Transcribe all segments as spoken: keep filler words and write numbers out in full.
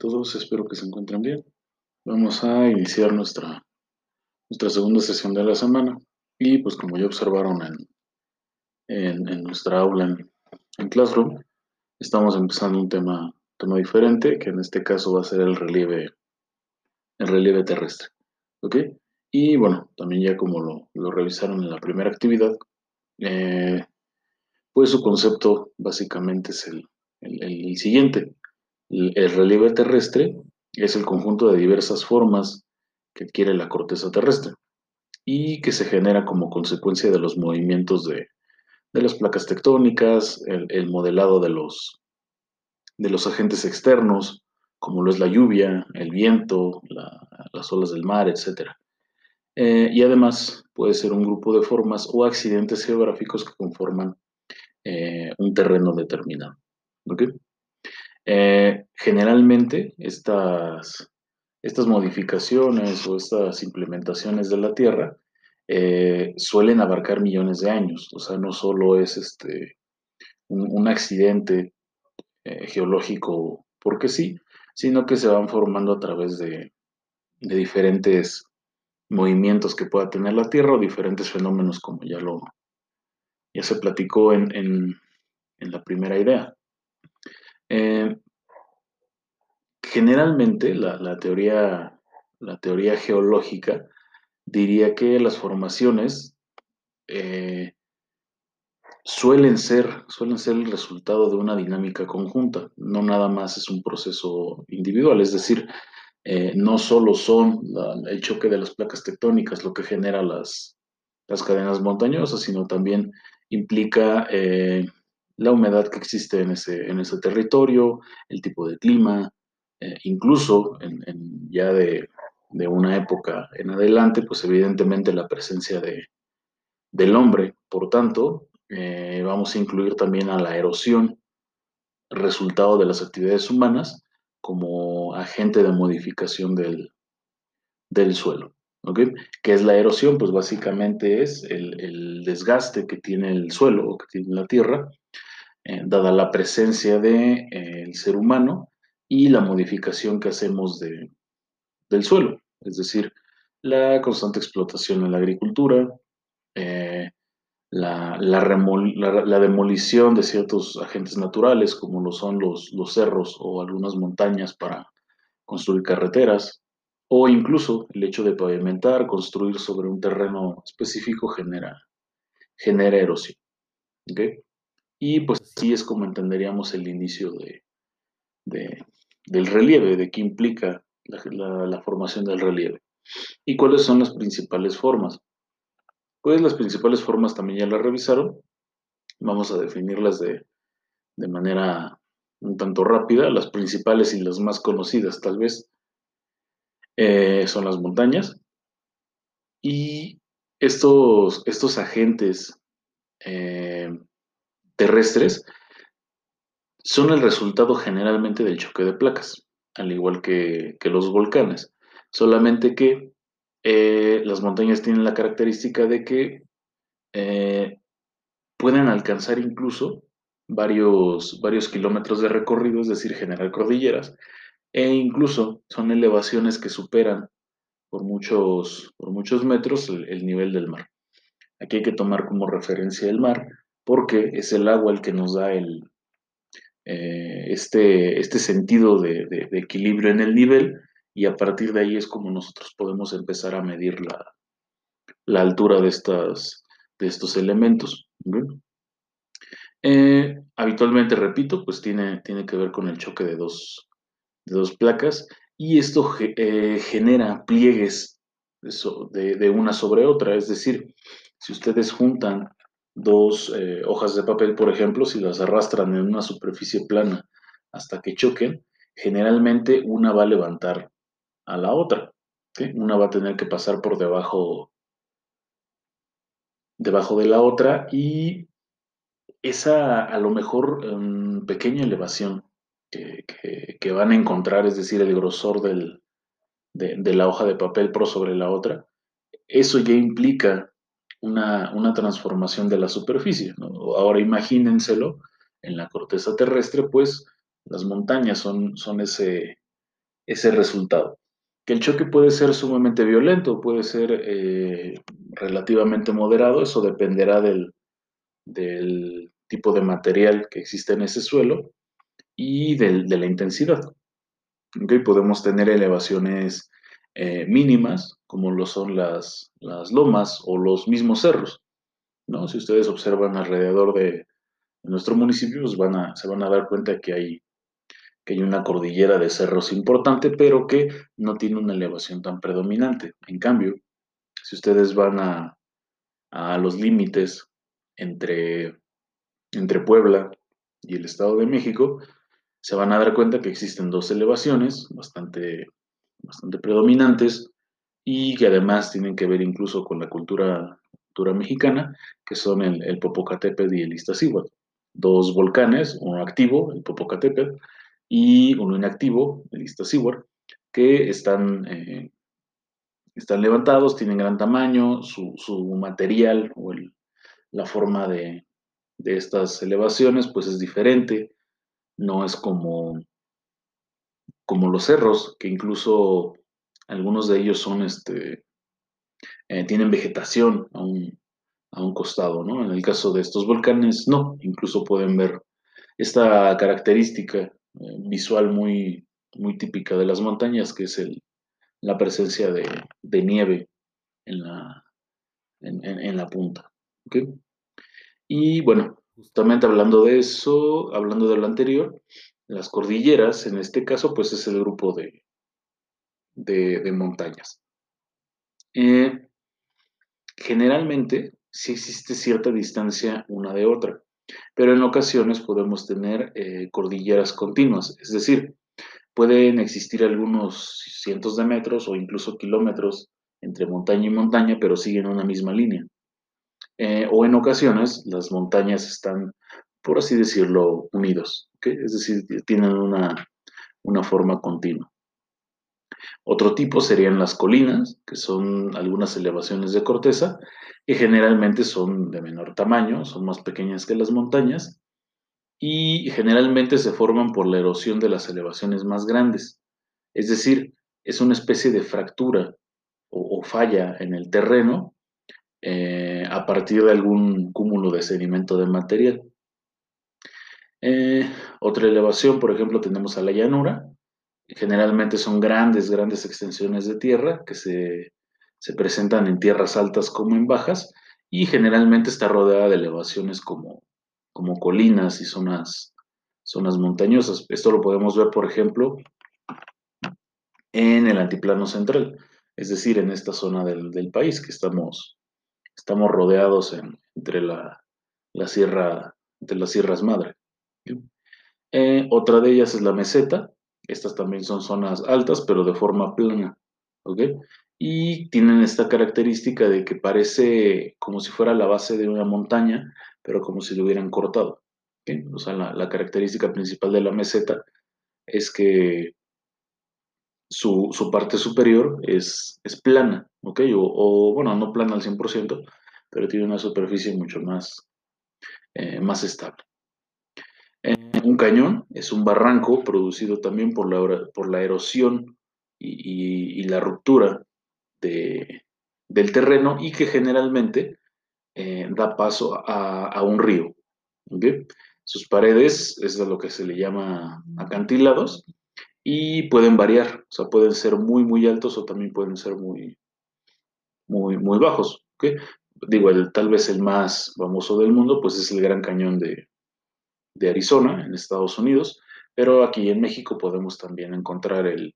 todos, espero que se encuentren bien. Vamos a iniciar nuestra, nuestra segunda sesión de la semana y pues como ya observaron en, en- en nuestra aula en, en Classroom, estamos empezando un tema, tema diferente, que en este caso va a ser el relieve, el relieve terrestre. ¿Ok? Y bueno, también ya como lo, lo revisaron en la primera actividad, eh, pues su concepto básicamente es el, el- el siguiente. El, el relieve terrestre es el conjunto de diversas formas que adquiere la corteza terrestre y que se genera como consecuencia de los movimientos de, de las placas tectónicas, el, el modelado de los, de los agentes externos, como lo es la lluvia, el viento, la- las olas del mar, etcétera. Eh, y además puede ser un grupo de formas o accidentes geográficos que conforman eh, un terreno determinado. ¿Ok? Eh, generalmente estas, estas modificaciones o estas implementaciones de la Tierra eh, suelen abarcar millones de años, o sea, no solo es este, un, un accidente eh, geológico porque sí, sino que se van formando a través de, de diferentes movimientos que pueda tener la Tierra o diferentes fenómenos como ya lo ya se platicó en, en, en la primera idea. Eh, Generalmente la, la teoría, la teoría geológica diría que las formaciones eh, suelen ser, suelen ser el resultado de una dinámica conjunta, no nada más es un proceso individual, es decir, eh, no solo son la- el choque de las placas tectónicas lo que genera las, las cadenas montañosas, sino también implica eh, la humedad que existe en ese, en ese territorio, el tipo de clima, eh, incluso en, en ya de, de una época en adelante, pues evidentemente la presencia de, del hombre. Por tanto, eh, vamos a incluir también a la erosión, resultado de las actividades humanas, como agente de modificación del, del suelo. ¿Ok? ¿Qué es la erosión? Pues básicamente es el, el desgaste que tiene el suelo o que tiene la tierra, eh, dada la presencia del de, eh, ser humano y la modificación que hacemos de, del suelo, es decir, la constante explotación en la agricultura, eh, la, la, remol- la- la demolición de ciertos agentes naturales, como lo son los, los cerros o algunas montañas para construir carreteras, o incluso el hecho de pavimentar, construir sobre un terreno específico genera, genera erosión. ¿Ok? Y pues así es como entenderíamos el inicio de, de- del relieve, de qué implica la, la- la formación del relieve. ¿Y cuáles son las principales formas? Pues las principales formas también ya las revisaron. Vamos a definirlas de, de manera un tanto rápida. Las principales y las más conocidas tal vez eh, son las montañas. Y estos, estos agentes eh, terrestres son el resultado generalmente del choque de placas, al igual que, que los volcanes. Solamente que eh, las montañas tienen la característica de que eh, pueden alcanzar incluso varios, varios kilómetros de recorrido, es decir, generar cordilleras, e incluso son elevaciones que superan por muchos, por muchos metros el, el nivel del mar. Aquí hay que tomar como referencia el mar porque es el agua el que nos da el, eh, este, este sentido de, de- de equilibrio en el nivel y a partir de ahí es como nosotros podemos empezar a medir la, la altura de, estas, de estos elementos. ¿Ok? Eh, habitualmente, repito, pues tiene, tiene que ver con el choque de dos, de dos placas y esto ge- eh, genera pliegues de, so- de- de una sobre otra. Es decir, si ustedes juntan dos eh, hojas de papel, por ejemplo, si las arrastran en una superficie plana hasta que choquen, generalmente una va a levantar a la otra. ¿Sí? Una va a tener que pasar por debajo, debajo de la otra y esa a lo mejor em, pequeña elevación que, que- que van a encontrar, es decir, el grosor del, de, de la hoja de papel por sobre la otra, eso ya implica una, una transformación de la superficie, ¿no? Ahora imagínenselo en la corteza terrestre, pues las montañas son, son ese, ese resultado. Que el choque puede ser sumamente violento, puede ser eh, relativamente moderado, eso dependerá del, del tipo de material que existe en ese suelo y del- de la intensidad. ¿Ok? Podemos tener elevaciones eh, mínimas, como lo son las, las lomas o los mismos cerros, ¿no? Si ustedes observan alrededor de nuestro municipio, pues van a, se van a dar cuenta que hay, que hay una cordillera de cerros importante, pero que no tiene una elevación tan predominante. En cambio, si ustedes van a, a los límites entre, entre Puebla y el Estado de México, se van a dar cuenta que existen dos elevaciones bastante, bastante predominantes y que además tienen que ver incluso con la cultura, cultura mexicana, que son el, el Popocatépetl y el Iztaccíhuatl. Dos volcanes, uno activo, el Popocatépetl, y uno inactivo, el Iztaccíhuatl, que están, eh, están levantados, tienen gran tamaño, su, su material o el, la forma de, de estas elevaciones pues es diferente, no es como como los cerros, que incluso algunos de ellos son, este, eh, tienen vegetación a un, a un costado, ¿no? En el caso de estos volcanes, no, incluso pueden ver esta característica eh, visual muy, muy típica de las montañas, que es el, la presencia de, de nieve en la, en, en- en la punta, ¿ok? Y bueno, justamente hablando de eso, hablando de lo anterior, las cordilleras, en este caso, pues es el grupo de, de, de montañas. Eh, Generalmente sí existe cierta distancia una de otra, pero en ocasiones podemos tener eh, cordilleras continuas, es decir, pueden existir algunos cientos de metros o incluso kilómetros entre montaña y montaña, pero siguen una misma línea. Eh, o en ocasiones las montañas están, por así decirlo, unidos, ¿ok? Es decir, tienen una, una forma continua. Otro tipo serían las colinas, que son algunas elevaciones de corteza, que generalmente son de menor tamaño, son más pequeñas que las montañas, y generalmente se forman por la erosión de las elevaciones más grandes. Es decir, es una especie de fractura o, o falla en el terreno eh, a partir de algún cúmulo de sedimento de material. Eh, Otra elevación, por ejemplo, tenemos a la llanura. Generalmente son grandes, grandes extensiones de tierra que se, se presentan en tierras altas como en bajas y generalmente está rodeada de elevaciones como, como colinas y zonas, zonas montañosas. Esto lo podemos ver, por ejemplo, en el altiplano central, es decir, en esta zona del, del país que estamos, estamos rodeados en- entre la, la sierra, entre las sierras madre. ¿Sí? Eh, otra de ellas es la meseta. Estas también son zonas altas, pero de forma plana. ¿Ok? Y tienen esta característica de que parece como si fuera la base de una montaña, pero como si lo hubieran cortado. ¿Ok? O sea, la, la característica principal de la meseta es que su, su parte superior es, es plana. ¿Ok? O, o, bueno, no plana al cien por ciento, pero tiene una superficie mucho más, eh, más estable. Eh, un cañón es un barranco producido también por la, por la erosión y, y- y la ruptura de- del terreno y que generalmente eh, da paso a, a un río. ¿Ok? Sus paredes es de lo que se le llama acantilados y pueden variar, o sea, pueden ser muy, muy altos o también pueden ser muy, muy, muy bajos. ¿Ok? Digo, el, tal vez el más famoso del mundo, pues es el Gran Cañón de, de Arizona, en Estados Unidos, pero aquí en México podemos también encontrar el,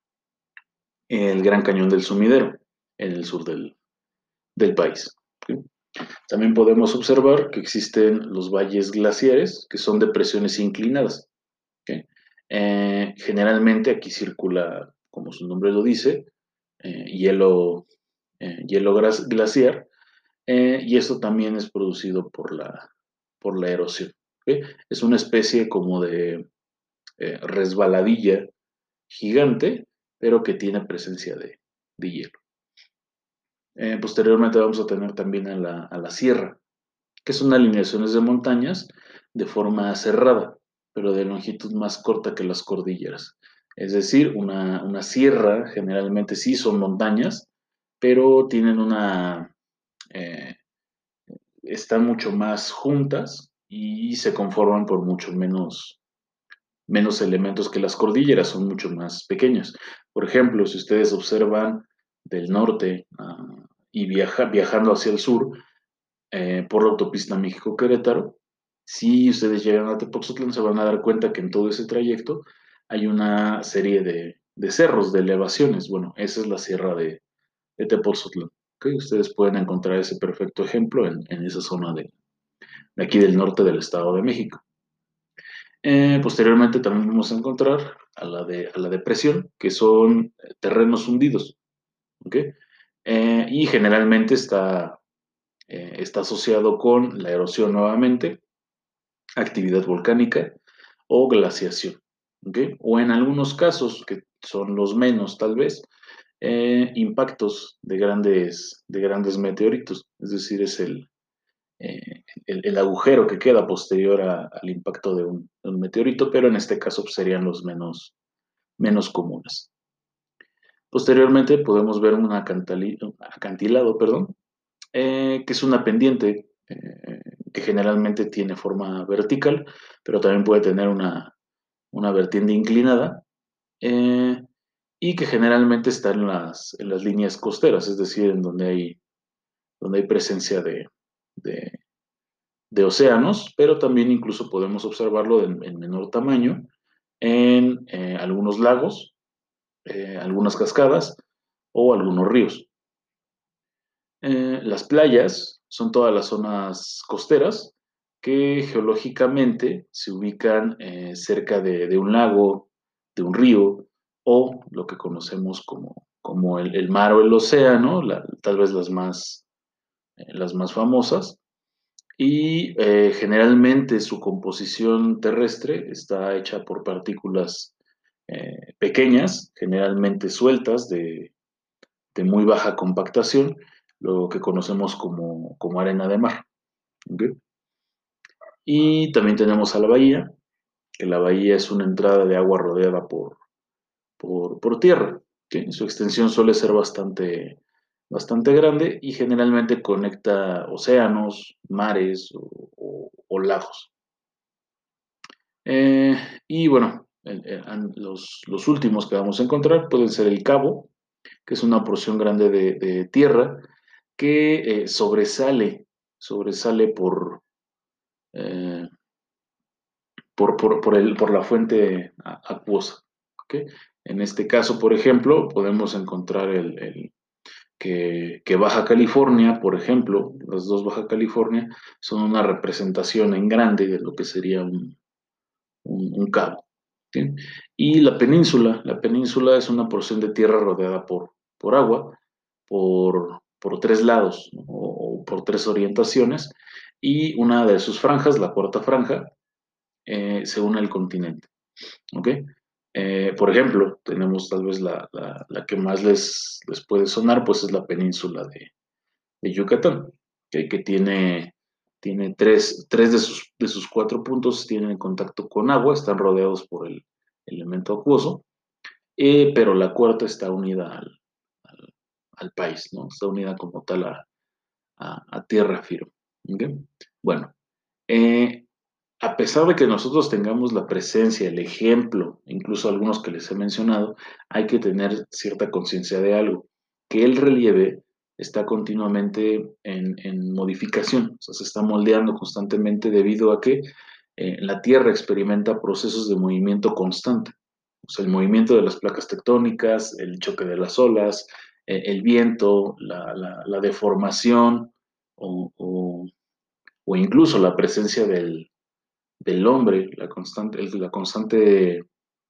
el Gran Cañón del Sumidero, en el sur del, del país. ¿Sí? También podemos observar que existen los valles glaciares, que son depresiones inclinadas. ¿Ok? Eh, generalmente aquí circula, como su nombre lo dice, eh, hielo, eh, hielo glaciar, eh, y eso también es producido por la, por la erosión. ¿Ok? Es una especie como de eh, resbaladilla gigante, pero que tiene presencia de, de hielo. Eh, posteriormente vamos a tener también a la, a la sierra, que son alineaciones de montañas de forma cerrada, pero de longitud más corta que las cordilleras. Es decir, una, una sierra generalmente sí son montañas, pero tienen una, eh, están mucho más juntas y se conforman por mucho menos, menos elementos que las cordilleras, son mucho más pequeñas. Por ejemplo, si ustedes observan del norte ah, y viaja, viajando hacia el sur, eh, por la autopista México-Querétaro, si ustedes llegan a Tepoztlán se van a dar cuenta que en todo ese trayecto hay una serie de, de cerros, de elevaciones. Bueno, esa es la sierra de, de Tepoztlán. ¿Ok? Ustedes pueden encontrar ese perfecto ejemplo en, en esa zona de, de aquí del norte del Estado de México. Eh, posteriormente también vamos a encontrar a la, de, a la depresión, que son terrenos hundidos. ¿Ok? Eh, y generalmente está, eh, está asociado con la erosión nuevamente, actividad volcánica o glaciación. ¿Ok? O en algunos casos, que son los menos tal vez, eh, impactos de grandes, de grandes meteoritos. Es decir, es el, eh, el, el, agujero que queda posterior a, al impacto de un, de un, meteorito, pero en este caso pues, serían los menos, menos comunes. Posteriormente podemos ver un acantilado, perdón, eh, que es una pendiente eh, que generalmente tiene forma vertical, pero también puede tener una, una vertiente inclinada eh, y que generalmente está en las, en las líneas costeras, es decir, en donde hay, donde hay presencia de, de, de océanos, pero también incluso podemos observarlo en, en menor tamaño en eh, algunos lagos, eh, algunas cascadas o algunos ríos. Eh, las playas son todas las zonas costeras que geológicamente se ubican eh, cerca de, de, un lago, de un río o lo que conocemos como, como el, el, mar o el océano, la, tal vez las más, eh, las más famosas. Y eh, generalmente su composición terrestre está hecha por partículas eh, pequeñas, generalmente sueltas, de, de muy baja compactación, lo que conocemos como, como arena de mar. ¿Okay? Y también tenemos a la bahía, que la bahía es una entrada de agua rodeada por, por, por tierra. ¿Okay? Su extensión suele ser bastante, bastante grande y generalmente conecta océanos, mares o, o, o lagos. Eh, y bueno, el, el, los, los últimos que vamos a encontrar pueden ser el cabo, que es una porción grande de, de tierra que eh, sobresale, sobresale por, eh, por, por, por, el, por la fuente acuosa. ¿Okay? En este caso, por ejemplo, podemos encontrar el, el que, que, Baja California, por ejemplo, las dos Baja California, son una representación en grande de lo que sería un, un, un cabo. ¿Sí? Y la península, la península es una porción de tierra rodeada por, por agua, por, por tres lados, ¿no? o, o, por tres orientaciones, y una de sus franjas, la cuarta franja, eh, se une al continente. ¿Okay? Eh, por ejemplo, tenemos tal vez la, la, la que más les, les, puede sonar, pues es la península de, de Yucatán, ¿okay? Que tiene, tiene tres, tres de, sus, de sus cuatro puntos tienen contacto con agua, están rodeados por el elemento acuoso, eh, pero la cuarta está unida al, al, al, país, ¿no? Está unida como tal a, a, a tierra firme. ¿Okay? Bueno, eh, a pesar de que nosotros tengamos la presencia, el ejemplo, incluso algunos que les he mencionado, hay que tener cierta conciencia de algo, que el relieve está continuamente en, en, modificación, o sea, se está moldeando constantemente debido a que eh, la Tierra experimenta procesos de movimiento constante. O sea, el movimiento de las placas tectónicas, el choque de las olas, eh, el viento, la, la, la deformación o, o, o, incluso la presencia del, del hombre, la constante, la constante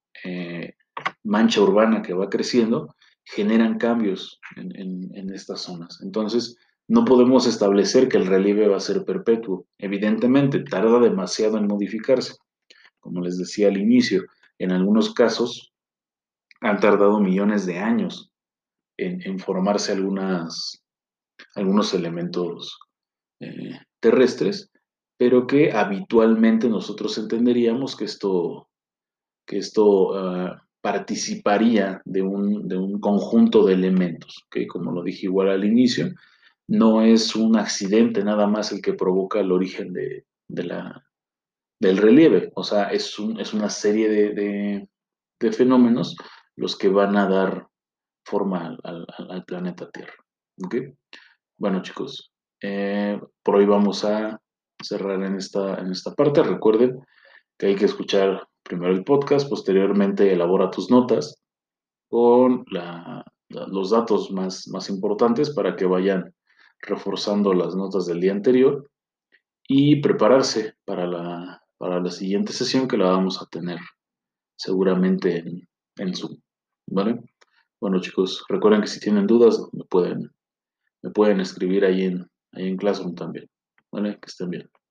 eh, mancha urbana que va creciendo, generan cambios en, en, en estas zonas. Entonces, no podemos establecer que el relieve va a ser perpetuo. Evidentemente, tarda demasiado en modificarse. Como les decía al inicio, en algunos casos han tardado millones de años en, en formarse algunas, algunos elementos eh, terrestres, pero que habitualmente nosotros entenderíamos que esto, que esto uh, participaría de un, de un conjunto de elementos, ¿ok? Como lo dije igual al inicio, no es un accidente nada más el que provoca el origen de, de la, del relieve, o sea, es, un, es una serie de, de, de fenómenos los que van a dar forma al, al- al planeta Tierra, ¿ok? Bueno, chicos, eh, por hoy vamos a cerrar en esta, en esta parte. Recuerden que hay que escuchar primero el podcast, posteriormente elabora tus notas con la- la- los datos más, más importantes para que vayan reforzando las notas del día anterior y prepararse para la, para la siguiente sesión que la vamos a tener seguramente en, en Zoom, ¿vale? Bueno, chicos, recuerden que si tienen dudas me pueden, me pueden escribir ahí en, ahí en Classroom también, ¿vale? Que estén bien.